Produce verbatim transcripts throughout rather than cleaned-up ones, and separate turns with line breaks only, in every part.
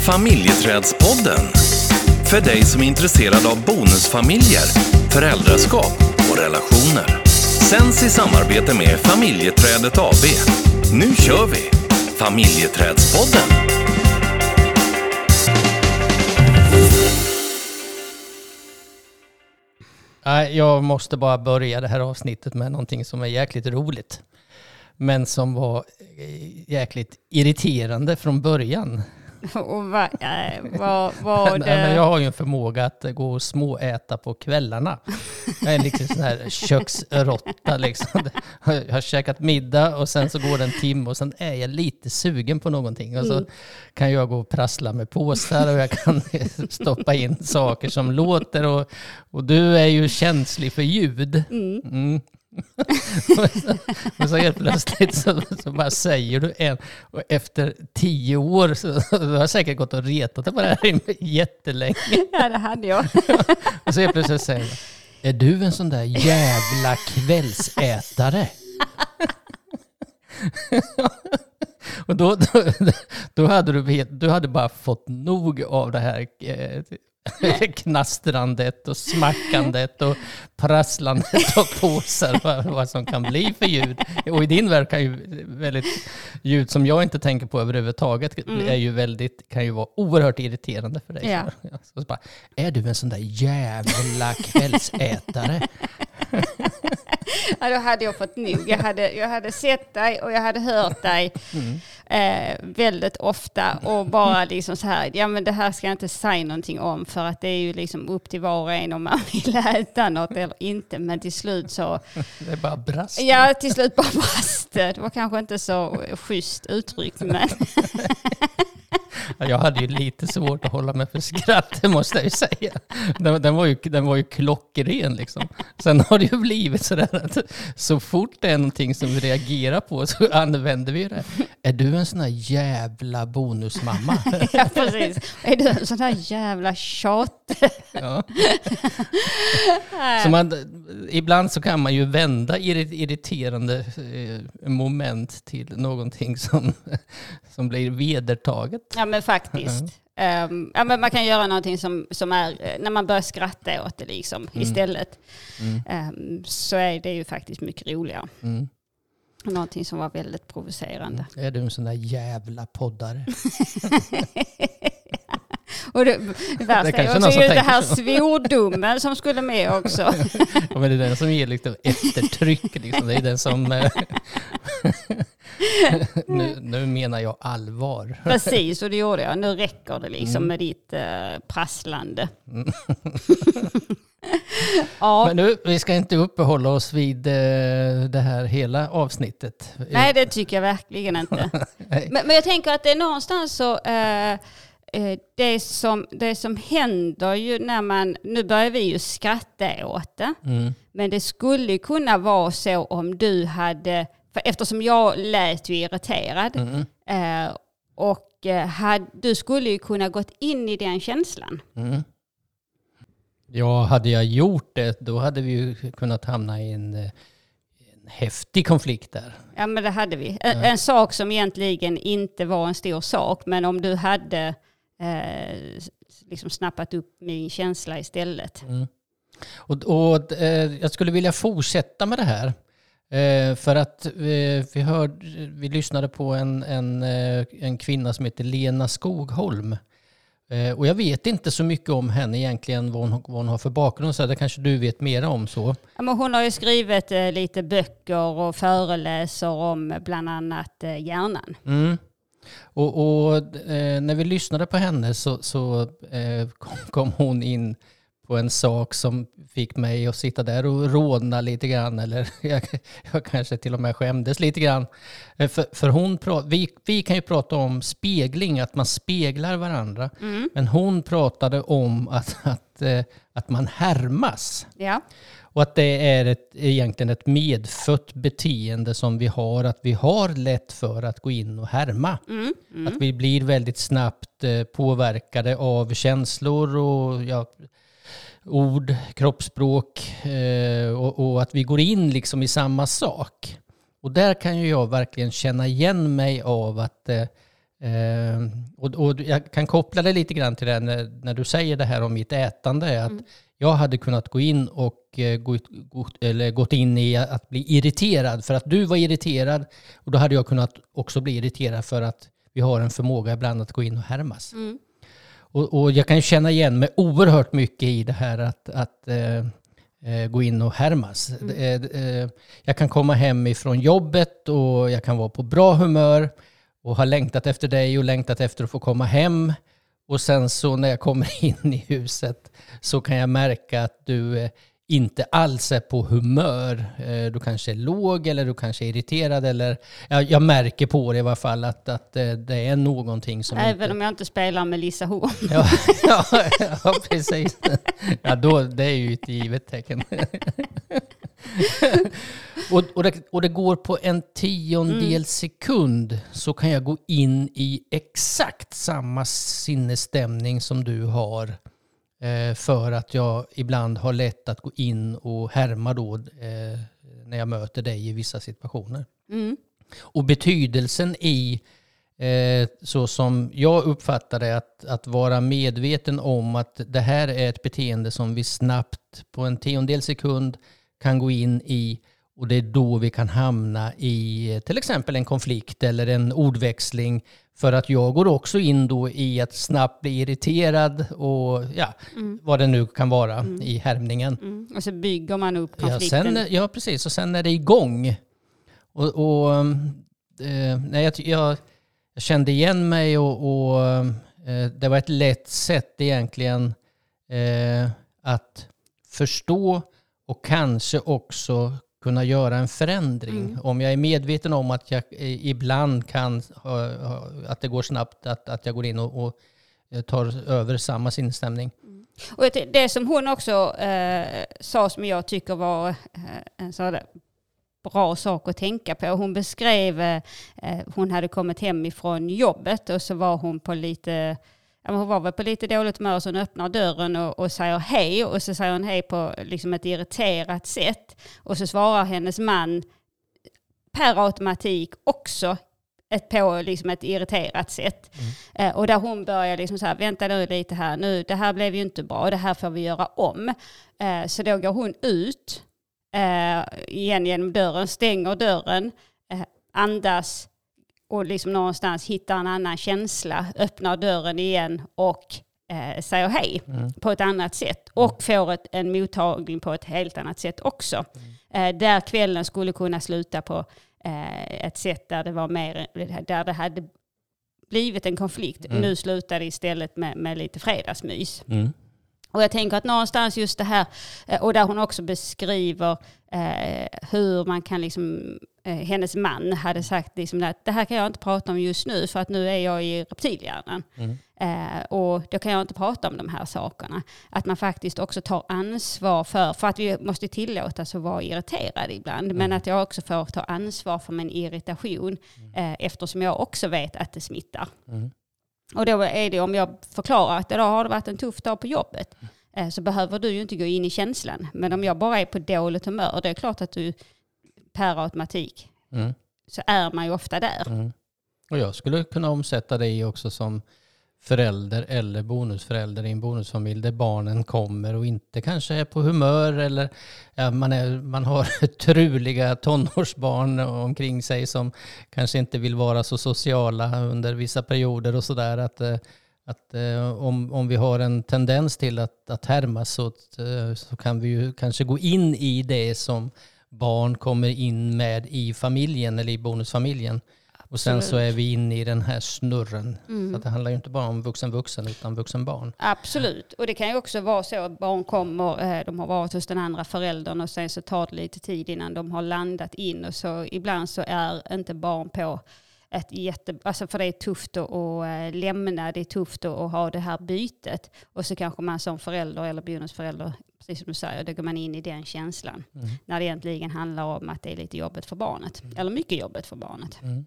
Familjeträdspodden. För dig som är intresserad av bonusfamiljer, föräldraskap och relationer. Sänds i samarbete med Familjeträdet A B. Nu kör vi! Familjeträdspodden.
Jag måste bara börja det här avsnittet med någonting som är jäkligt roligt. Men som var jäkligt irriterande från början.
Och vad, äh, vad var det?
Nej, men jag har ju en förmåga att gå och småäta på kvällarna. Jag är liksom sån här köksrotta liksom. Jag har käkat middag och sen så går det en timme och sen är jag lite sugen på någonting. Och så mm. kan jag gå och prassla med påsar och jag kan stoppa in saker som låter. Och, och du är ju känslig för ljud. Mm. Mm. Men så helt plötsligt så, så bara säger du en och efter tio år så, så du har säkert gått och retat på det här jättelänge.
Ja, det hade jag.
Och så helt plötsligt säger jag, är du en sån där jävla kvällsätare? Och då, då, då hade du, du hade bara fått nog av det här eh, knastrandet och smackandet och prasslandet och påsar, vad, vad som kan bli för ljud. Och i din värld kan ju väldigt ljud som jag inte tänker på överhuvudtaget mm. är ju väldigt, kan ju vara oerhört irriterande för dig.
Ja.
Så, så bara, är du en sån där jävla kvällsätare?
Ja, då hade jag fått nog. Jag hade, jag hade sett dig och jag hade hört dig mm. eh, väldigt ofta och bara liksom så här, ja men det här ska jag inte säga någonting om för att det är ju liksom upp till var och en om man vill äta något eller inte, men till slut så...
Det är bara brast.
Ja, till slut bara brast. Det var kanske inte så schysst uttryckt, men...
Jag hade ju lite svårt att hålla mig för skratt, det måste jag ju säga. Den, den, var, ju, den var ju klockren liksom. Sen har det ju blivit sådär att så fort det är någonting som vi reagerar på så använder vi det. Är du en sån här jävla bonusmamma?
Ja, precis. Är du en sån här jävla tjat?
Ja. Så man, ibland så kan man ju vända irriterande eh, moment till någonting som, som blir vedertaget.
Ja, men faktiskt. Mm. Um, ja, men man kan göra någonting som, som är, när man börjar skratta åt det liksom, mm. istället. Mm. Um, så är det ju faktiskt mycket roligare. Mm. Någonting som var väldigt provocerande.
Mm. Är du en sån där jävla poddare?
Och det, det värsta är också ju det här svordomen som skulle med också.
Ja, men det är den som ger lite eftertryck. Liksom. Det är den som... nu, nu menar jag allvar.
Precis, och det gjorde jag. Nu räcker det liksom mm. med ditt uh, prasslande. Mm. Ja.
Men nu, vi ska inte uppehålla oss vid uh, det här hela avsnittet.
Nej, det tycker jag verkligen inte. men, men jag tänker att det är någonstans så... Uh, Det som, det som händer ju när man, nu börjar vi ju skratta åt det, mm. men det skulle kunna vara så om du hade, för eftersom jag lät ju irriterad mm. eh, och had, du skulle ju kunna gått in i den känslan. Mm.
Ja, hade jag gjort det, då hade vi ju kunnat hamna i en, en häftig konflikt där.
Ja, men det hade vi. En, ja. en sak som egentligen inte var en stor sak, men om du hade Eh, liksom snappat upp min känsla istället. Mm.
Och, och eh, jag skulle vilja fortsätta med det här. Eh, för att eh, vi, hörde, vi lyssnade på en, en, eh, en kvinna som heter Lena Skogholm. Eh, och jag vet inte så mycket om henne egentligen, vad hon, vad hon har för bakgrund. Så det kanske du vet mer om så.
Ja, men hon har ju skrivit eh, lite böcker och föreläser om bland annat eh, hjärnan.
Mm. Och, och eh, när vi lyssnade på henne så, så eh, kom, kom hon in på en sak som fick mig att sitta där och rodna lite grann. Eller jag, jag kanske till och med skämdes lite grann. Eh, för för hon pra- vi, vi kan ju prata om spegling, att man speglar varandra. Mm. Men hon pratade om att, att, eh, att man härmas.
Ja.
Och att det är ett, egentligen ett medfött beteende som vi har. Att vi har lätt för att gå in och härma. Mm, mm. Att vi blir väldigt snabbt eh, påverkade av känslor och ja, ord, kroppsspråk. Eh, och, och att vi går in liksom i samma sak. Och där kan ju jag verkligen känna igen mig av att... Eh, Eh, och, och jag kan koppla det lite grann till det när, när du säger det här om mitt ätande. Att mm. jag hade kunnat gå in och eh, gå, gå, eller gått in i att bli irriterad för att du var irriterad. Och då hade jag kunnat också bli irriterad för att vi har en förmåga ibland att gå in och härmas. Mm. Och, och jag kan känna igen mig oerhört mycket i det här att, att eh, gå in och härmas. Mm. Eh, jag kan komma hem ifrån jobbet och jag kan vara på bra humör och ha längtat efter dig och längtat efter att få komma hem. Och sen så när jag kommer in i huset så kan jag märka att du eh, inte alls är på humör. Eh, du kanske är låg eller du kanske är irriterad. Eller, ja, jag märker på det i alla fall att, att eh, det är någonting som
Även
inte...
om jag inte spelar med Lisa Horn.
ja, ja, ja, precis. Ja, då, det är ju ett givet tecken. och, och, det, och det går på en tiondel mm. sekund så kan jag gå in i exakt samma sinnesstämning som du har eh, för att jag ibland har lätt att gå in och härma då eh, när jag möter dig i vissa situationer. Mm. Och betydelsen i eh, så som jag uppfattar det att, att vara medveten om att det här är ett beteende som vi snabbt på en tiondel sekund kan gå in i, och det är då vi kan hamna i till exempel en konflikt eller en ordväxling, för att jag går också in då i att snabbt bli irriterad och ja, mm. vad det nu kan vara mm. i härmningen.
Mm. Och så bygger man upp konflikten.
Ja, sen, ja precis. Och sen är det igång. Och, och eh, nej, jag, jag, jag kände igen mig och, och eh, det var ett lätt sätt egentligen eh, att förstå och kanske också kunna göra en förändring. Mm. Om jag är medveten om att jag ibland kan, att det går snabbt, att, att jag går in och, och tar över samma sinnesstämning.
Mm. Och det som hon också eh, sa som jag tycker var eh, en sån bra sak att tänka på. Hon beskrev, eh, hon hade kommit hem ifrån jobbet och så var hon på lite... Hon var väl på lite dåligt humör, så hon öppnar dörren och, och säger hej. Och så säger hon hej på liksom ett irriterat sätt. Och så svarar hennes man per automatik också ett, på liksom ett irriterat sätt. Mm. Eh, och där hon börjar liksom så här, vänta nu lite här. Nu, det här blev ju inte bra, det här får vi göra om. Eh, så då går hon ut eh, igen genom dörren, stänger dörren, eh, andas. Och liksom någonstans hittar en annan känsla, öppnar dörren igen och eh, säger hej mm. på ett annat sätt. Och får ett, en mottagning på ett helt annat sätt också. Mm. Eh, där kvällen skulle kunna sluta på eh, ett sätt där det var mer, där det hade blivit en konflikt. Mm. Nu slutar det istället med, med lite fredagsmys. Mm. Och jag tänker att någonstans just det här, och där hon också beskriver eh, hur man kan liksom, eh, hennes man hade sagt liksom att det här kan jag inte prata om just nu för att nu är jag i reptilhjärnan. Mm. Eh, och då kan jag inte prata om de här sakerna. Att man faktiskt också tar ansvar för, för att vi måste tillåtas att vara irriterade ibland, mm. men att jag också får ta ansvar för min irritation eh, eftersom jag också vet att det smittar. Mm. Och då är det, om jag förklarar att idag har det varit en tuff dag på jobbet, eh, så behöver du ju inte gå in i känslan. Men om jag bara är på dåligt humör, det är klart att du per automatik mm. så är man ju ofta där. Mm.
Och jag skulle kunna omsätta det också som förälder eller bonusförälder i en bonusfamilj där barnen kommer och inte kanske är på humör, eller ja, man, är, man har truliga tonårsbarn omkring sig som kanske inte vill vara så sociala under vissa perioder och sådär. Att, att om, om vi har en tendens till att, att härmas så, så kan vi ju kanske gå in i det som barn kommer in med i familjen eller i bonusfamiljen. Och sen så är vi inne i den här snurren. Mm. Så att det handlar ju inte bara om vuxen-vuxen utan vuxen-barn.
Absolut. Och det kan ju också vara så att barn kommer, de har varit hos den andra föräldern och sen så tar det lite tid innan de har landat in. Och så ibland så är inte barn på ett jätte... Alltså för det är tufft att, att lämna, det är tufft att ha det här bytet. Och så kanske man som förälder eller bonusförälder, precis som du säger, då går man in i den känslan. Mm. När det egentligen handlar om att det är lite jobbigt för barnet. Mm. Eller mycket jobbigt för barnet.
Mm.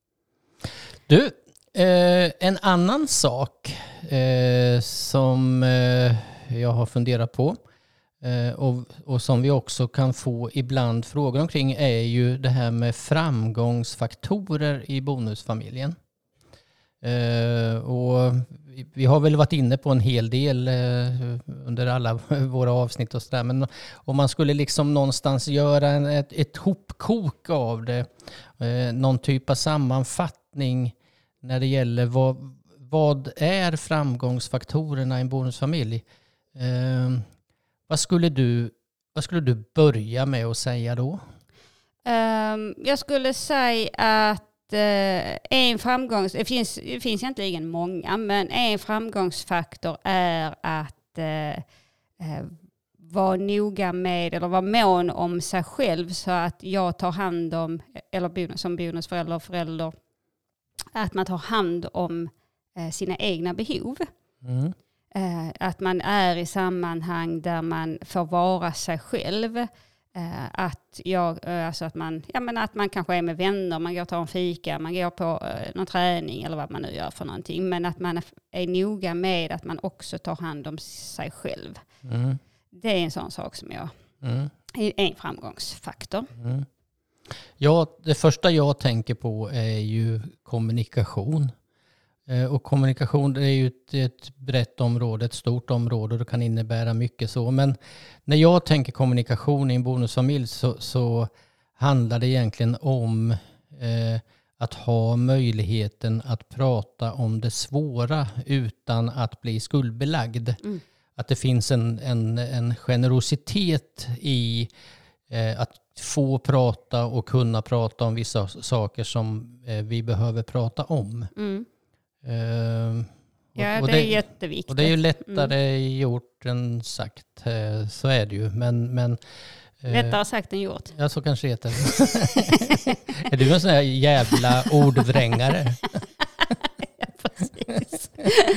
Du, eh, en annan sak eh, som eh, jag har funderat på eh, och, och som vi också kan få ibland frågor omkring är ju det här med framgångsfaktorer i bonusfamiljen. Eh, och vi, vi har väl varit inne på en hel del eh, under alla våra avsnitt och sådär. Men om man skulle liksom någonstans göra en, ett, ett hopkok av det, eh, någon typ av sammanfattning när det gäller vad, vad är framgångsfaktorerna i en bonusfamilj? Eh, vad skulle du Vad skulle du börja med att säga då?
Um, jag skulle säga att uh, en framgångs... Det finns, det finns egentligen många, men en framgångsfaktor är att uh, uh, vara noga med eller vara mån om sig själv så att jag tar hand om, eller bonus, som bonusförälder och förälder, att man tar hand om uh, sina egna behov. Mm. Uh, att man är i sammanhang där man får vara sig själv. Uh, att, jag, uh, alltså att, man, ja, men att man kanske är med vänner, man går och tar en fika, man går på uh, någon träning eller vad man nu gör för någonting. Men att man är, är noga med att man också tar hand om sig själv. Mm. Det är en sån sak som jag... Mm. är en framgångsfaktor. Mm.
Ja, det första jag tänker på är ju kommunikation. Och kommunikation är ju ett, ett brett område, ett stort område och det kan innebära mycket så. Men när jag tänker kommunikation i en bonusfamilj så, så handlar det egentligen om eh, att ha möjligheten att prata om det svåra utan att bli skuldbelagd. Mm. Att det finns en, en, en generositet i eh, att få prata och kunna prata om vissa saker som eh, vi behöver prata om. Mm. Uh,
ja, och det, det är jätteviktigt.
Och det är ju lättare mm. gjort än sagt, uh, så är det ju. Men, men, uh,
lättare sagt än gjort.
Ja, så kanske det heter. Är du en sån här jävla ordvrängare?
Ja, precis.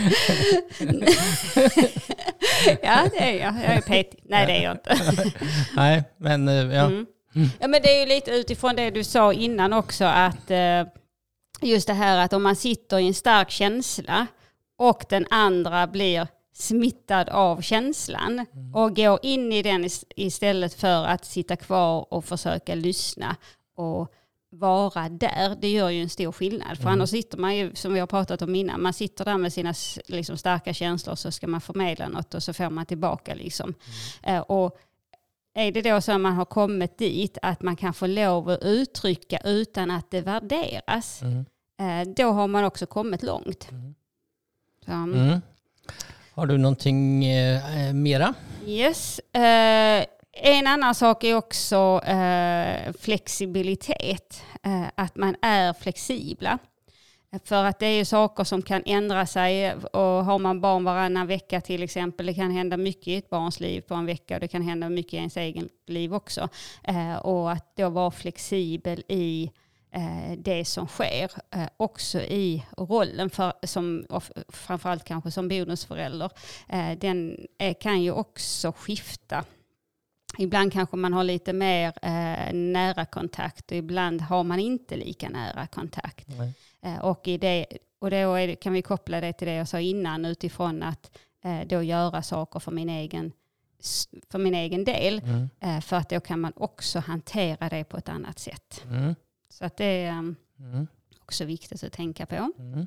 Ja, det är jag. Jag är petig. Nej, det är jag inte.
Nej, men uh, ja.
Mm. Mm. Ja, men det är ju lite utifrån det du sa innan också att... Uh, just det här att om man sitter i en stark känsla och den andra blir smittad av känslan mm. och går in i den istället för att sitta kvar och försöka lyssna och vara där. Det gör ju en stor skillnad. För mm. annars sitter man ju, som vi har pratat om innan, man sitter där med sina liksom, starka känslor så ska man förmedla något och så får man tillbaka. Liksom. Mm. Uh, och är det då så att man har kommit dit att man kan få lov att uttrycka utan att det värderas, mm. eh, då har man också kommit långt. Mm. Så,
mm. Har du någonting eh, mera?
Yes. Eh, en annan sak är också eh, flexibilitet. Eh, att man är flexibla. För att det är ju saker som kan ändra sig och har man barn varannan vecka till exempel, det kan hända mycket i ett barns liv på en vecka och det kan hända mycket i ens egen liv också. Eh, och att då vara flexibel i eh, det som sker, eh, också i rollen för, som, och framförallt kanske som bonusförälder. Eh, den är, kan ju också skifta. Ibland kanske man har lite mer eh, nära kontakt och ibland har man inte lika nära kontakt. Nej. Eh, och i det, och då är det, kan vi koppla det till det jag sa innan utifrån att eh, då göra saker för min egen, för min egen del. Mm. Eh, för att då kan man också hantera det på ett annat sätt. Mm. Så att det är um, mm. också viktigt att tänka på. Mm.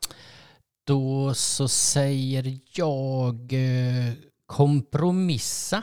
Då så säger jag eh, kompromissa.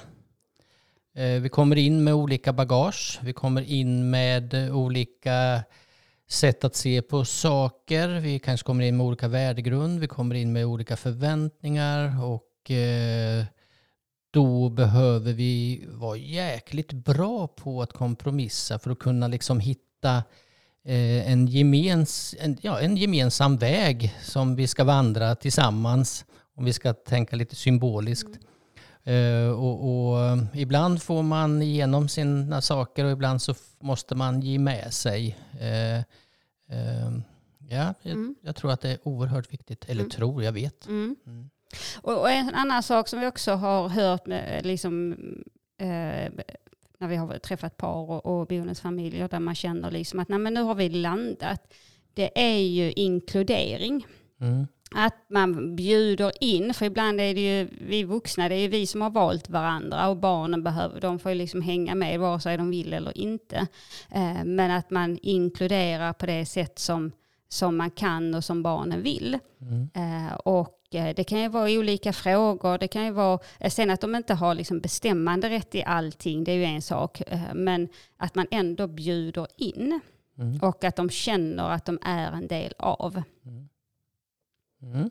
Vi kommer in med olika bagage. Vi kommer in med olika sätt att se på saker. Vi kanske kommer in med olika värdegrund. Vi kommer in med olika förväntningar. Och eh, då behöver vi vara jäkligt bra på att kompromissa för att kunna liksom hitta eh, en, gemens, en, ja, en gemensam väg som vi ska vandra tillsammans. Om vi ska tänka lite symboliskt. Mm. Uh, och, och ibland får man igenom sina saker och ibland så f- måste man ge med sig. Uh, uh, ja, mm. jag, jag tror att det är oerhört viktigt. Eller mm. tror, jag vet. Mm. Mm.
Och, och en annan sak som vi också har hört med, liksom, uh, när vi har träffat par och, och bonusfamiljer där man känner liksom att nej, men nu har vi landat. Det är ju inkludering. Mm. Att man bjuder in, för ibland är det ju vi vuxna, det är ju vi som har valt varandra och barnen behöver, de får ju liksom hänga med vare sig de vill eller inte. Eh, men att man inkluderar på det sätt som, som man kan och som barnen vill.
Mm.
Eh, och det kan ju vara olika frågor. Det kan ju vara, sen att de inte har liksom bestämmande rätt i allting, det är ju en sak. Men att man ändå bjuder in. Mm. Och att de känner att de är en del av.
Mm. Mm.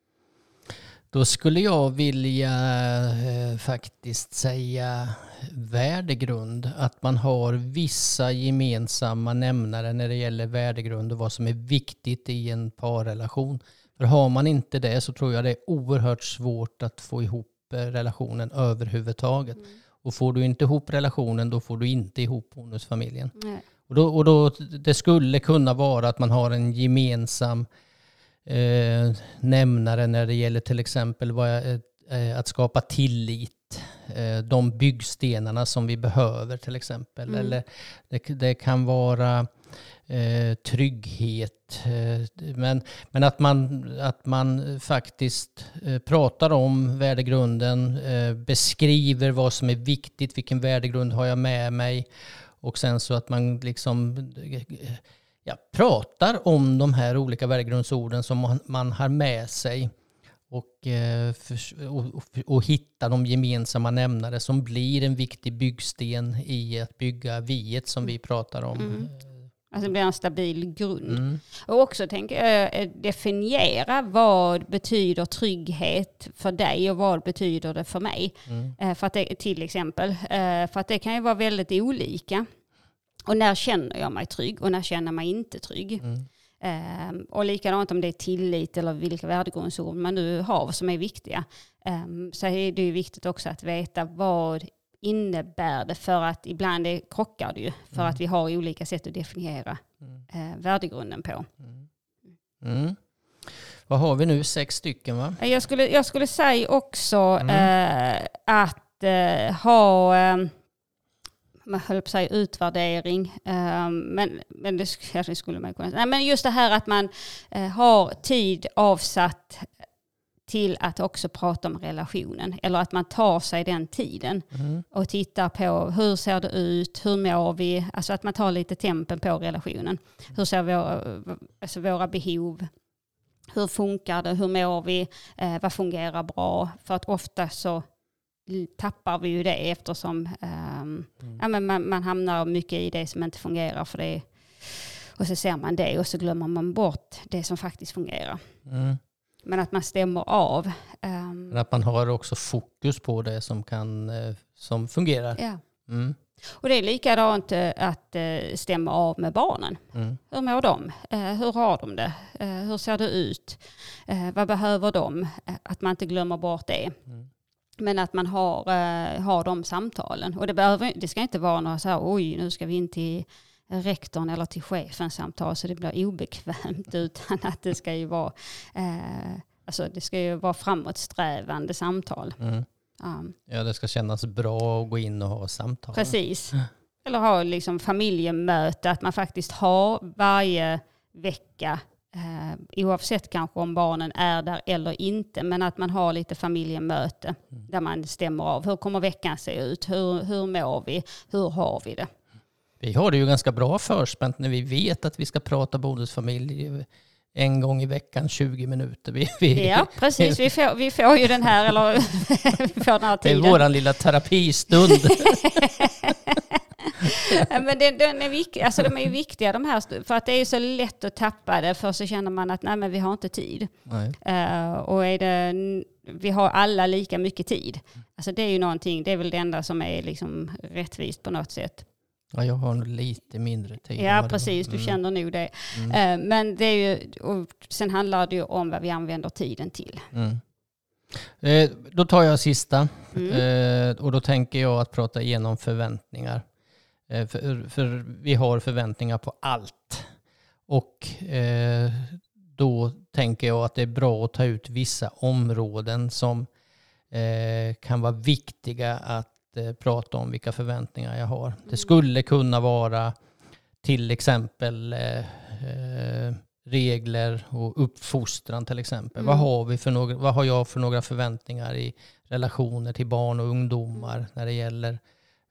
Då skulle jag vilja eh, faktiskt säga värdegrund. Att man har vissa gemensamma nämnare när det gäller värdegrund och vad som är viktigt i en parrelation. För har man inte det så tror jag det är oerhört svårt att få ihop relationen överhuvudtaget. Mm. Och får du inte ihop relationen, då får du inte ihop bonusfamiljen. Mm. Och, då, och då det skulle kunna vara att man har en gemensam eh, nämnare när det gäller till exempel vad, eh, att skapa tillit. Eh, de byggstenarna som vi behöver till exempel. Mm. Eller det, det kan vara Eh, trygghet. Eh, men men att, man, att man faktiskt eh, pratar om värdegrunden, eh, beskriver vad som är viktigt, vilken värdegrund har jag med mig, och sen så att man liksom eh, ja, pratar om de här olika värdegrundsorden som man, man har med sig och, eh, för, och, och, och hitta de gemensamma nämnare som blir en viktig byggsten i att bygga viet som vi pratar om.
Mm. Alltså det blir en stabil grund.
Mm.
Och också tänker jag definiera vad betyder trygghet för dig och vad betyder det för mig. Mm. För att det, till exempel. För att det kan ju vara väldigt olika. Och när känner jag mig trygg och när känner jag mig inte trygg. Mm. Och likadant om det är tillit eller vilka värdegrundsord man nu har som är viktiga. Så är det ju viktigt också att veta vad innebär det, för att ibland det krockar det ju för mm. att vi har olika sätt att definiera mm. eh, värdegrunden på.
Mm. Mm. Vad har vi nu? Sex stycken va?
Jag skulle, jag skulle säga också mm. eh, att eh, ha eh, man höll på att säga utvärdering, eh, men, men det kanske skulle man kunna säga. Nej, men just det här att man eh, har tid avsatt till att också prata om relationen. Eller att man tar sig den tiden mm. och tittar på hur ser det ut, hur mår vi. Alltså att man tar lite tempen på relationen. Hur ser våra, alltså våra behov, hur funkar det, hur mår vi, eh, vad fungerar bra. För att ofta så tappar vi ju det eftersom eh, mm. ja, men man, man hamnar mycket i det som inte fungerar. För det, och så ser man det och så glömmer man bort det som faktiskt fungerar. Mm. Men att man stämmer av. Um,
Men att man har också fokus på det som, kan, som fungerar.
Ja.
Mm.
Och det är likadant att stämma av med barnen. Mm. Hur mår de? Hur har de det? Hur ser det ut? Vad behöver de? Att man inte glömmer bort det. Mm. Men att man har, har de samtalen. Och det, behöver, det ska inte vara några så här, oj nu ska vi in till rektorn eller till chefen samtal så det blir obekvämt, utan att det ska ju vara eh, alltså det ska ju vara framåtsträvande samtal. Mm. Um,
ja, det ska kännas bra att gå in och ha samtal.
Precis. Eller ha liksom familjemöte, att man faktiskt har varje vecka eh, oavsett kanske om barnen är där eller inte, men att man har lite familjemöte mm. där man stämmer av. Hur kommer veckan se ut? Hur, hur mår vi? Hur har vi det?
Vi har det ju ganska bra förspänt när vi vet att vi ska prata bonusfamilj en gång i veckan, tjugo minuter. Vi, vi,
ja, precis. Vi får, vi får ju den här, eller vi får den här tiden.
Det är våran lilla terapistund.
Men den, den är viktig, alltså de är ju viktiga de här, för att det är så lätt att tappa det, för så känner man att nej, men vi har inte tid. Uh, och är det, vi har alla lika mycket tid. Alltså det är ju någonting, det är väl det enda som är liksom rättvist på något sätt.
Ja, jag har nog lite mindre tid.
Ja, precis. Du mm. känner nog det. Mm. Uh, men det är ju, och sen handlar det ju om vad vi använder tiden till.
Mm. Eh, då tar jag sista. Mm. Eh, och då tänker jag att prata igenom förväntningar. Eh, för, för vi har förväntningar på allt. Och eh, då tänker jag att det är bra att ta ut vissa områden som eh, kan vara viktiga att prata om vilka förväntningar jag har. Det skulle kunna vara till exempel eh, regler och uppfostran till exempel. Mm. Vad har vi för några, vad har jag för några förväntningar i relationer till barn och ungdomar när det gäller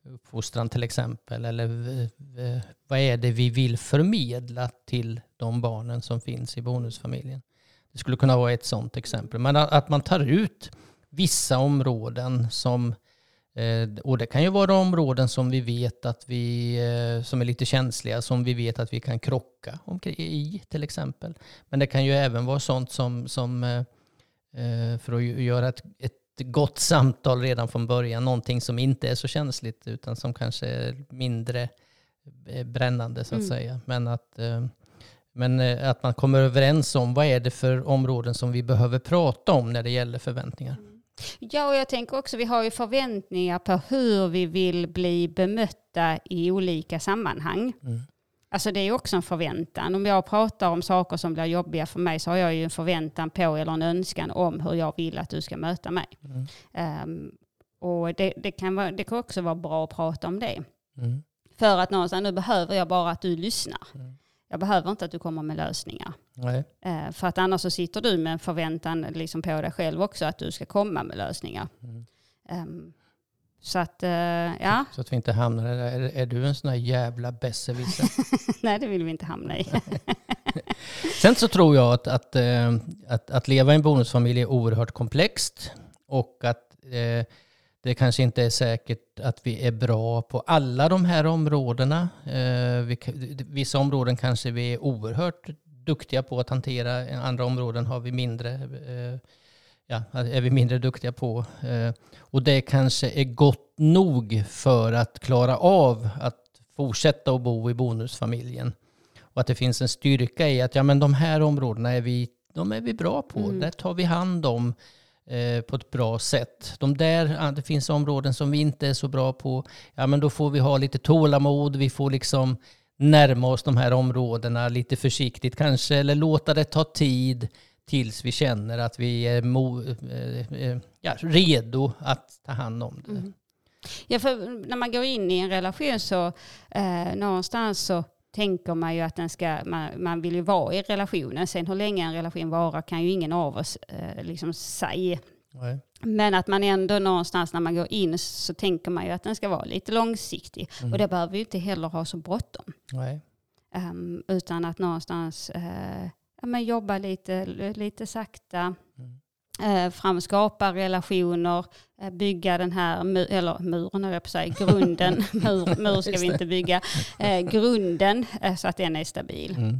uppfostran till exempel. Eller vad är det vi vill förmedla till de barnen som finns i bonusfamiljen. Det skulle kunna vara ett sådant exempel. Men att man tar ut vissa områden som, och det kan ju vara områden som vi vet att vi, som är lite känsliga, som vi vet att vi kan krocka omkring i till exempel. Men det kan ju även vara sånt som, som för att göra ett, ett gott samtal redan från början, någonting som inte är så känsligt utan som kanske är mindre brännande så att mm. säga. Men att, men att man kommer överens om vad är det för områden som vi behöver prata om när det gäller förväntningar.
Ja, och jag tänker också, vi har ju förväntningar på hur vi vill bli bemötta i olika sammanhang. Mm. Alltså det är också en förväntan. Om jag pratar om saker som blir jobbiga för mig så har jag ju en förväntan på eller en önskan om hur jag vill att du ska möta mig. Mm. Um, och det, det, kan vara, det kan också vara bra att prata om det. Mm. För att någonstans, nu behöver jag bara att du lyssnar. Mm. Jag behöver inte att du kommer med lösningar. Nej. Uh, för att annars så sitter du med en förväntan liksom på dig själv också att du ska komma med lösningar. Mm. Um, Så att, uh, ja.
Så att vi inte hamnar där. Är, är du en sån här jävla besserwisser?
Nej, det vill vi inte hamna i.
Sen så tror jag att, att, att, att leva i en bonusfamilj är oerhört komplext. Och att eh, det kanske inte är säkert att vi är bra på alla de här områdena. Eh, vi, vissa områden kanske vi är oerhört duktiga på att hantera. Andra områden har vi mindre... Eh, Ja, är vi mindre duktiga på. Och det kanske är gott nog för att klara av att fortsätta att bo i bonusfamiljen. Och att det finns en styrka i att ja, men de här områdena är vi, de är vi bra på. Mm. Där tar vi hand om eh, på ett bra sätt. De där, det finns områden som vi inte är så bra på. Ja, men då får vi ha lite tålamod. Vi får liksom närma oss de här områdena lite försiktigt kanske. Eller låta det ta tid tills vi känner att vi är mo- äh, ja, redo att ta hand om det. Mm.
Ja, för när man går in i en relation så eh, någonstans så tänker man ju att den ska, man, man vill ju vara i relationen. Sen hur länge en relation varar kan ju ingen av oss eh, liksom säga. Nej. Men att man ändå någonstans när man går in så tänker man ju att den ska vara lite långsiktig. Mm. Och det behöver vi ju inte heller ha så bråttom. Nej. Um, utan att någonstans... Eh, Ja, men jobba lite, lite sakta, mm. eh, framskapa relationer, eh, bygga den här, mur, eller muren höll jag på att säga, grunden, mur, mur ska vi inte bygga, eh, grunden eh, så att den är stabil. Mm.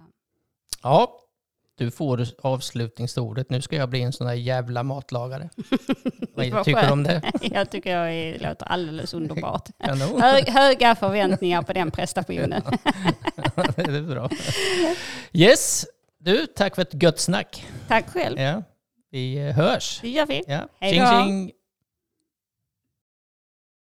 Ja, du får avslutningsordet. Nu ska jag bli en sån här jävla matlagare. Vad tycker du om det?
Jag tycker jag är, det låter alldeles underbart. Hög, höga förväntningar på den prestationen.
Det är bra. Yes. Du, tack för ett gött snack.
Tack själv.
Ja, vi hörs.
Det gör vi.
Ja.
Hej då.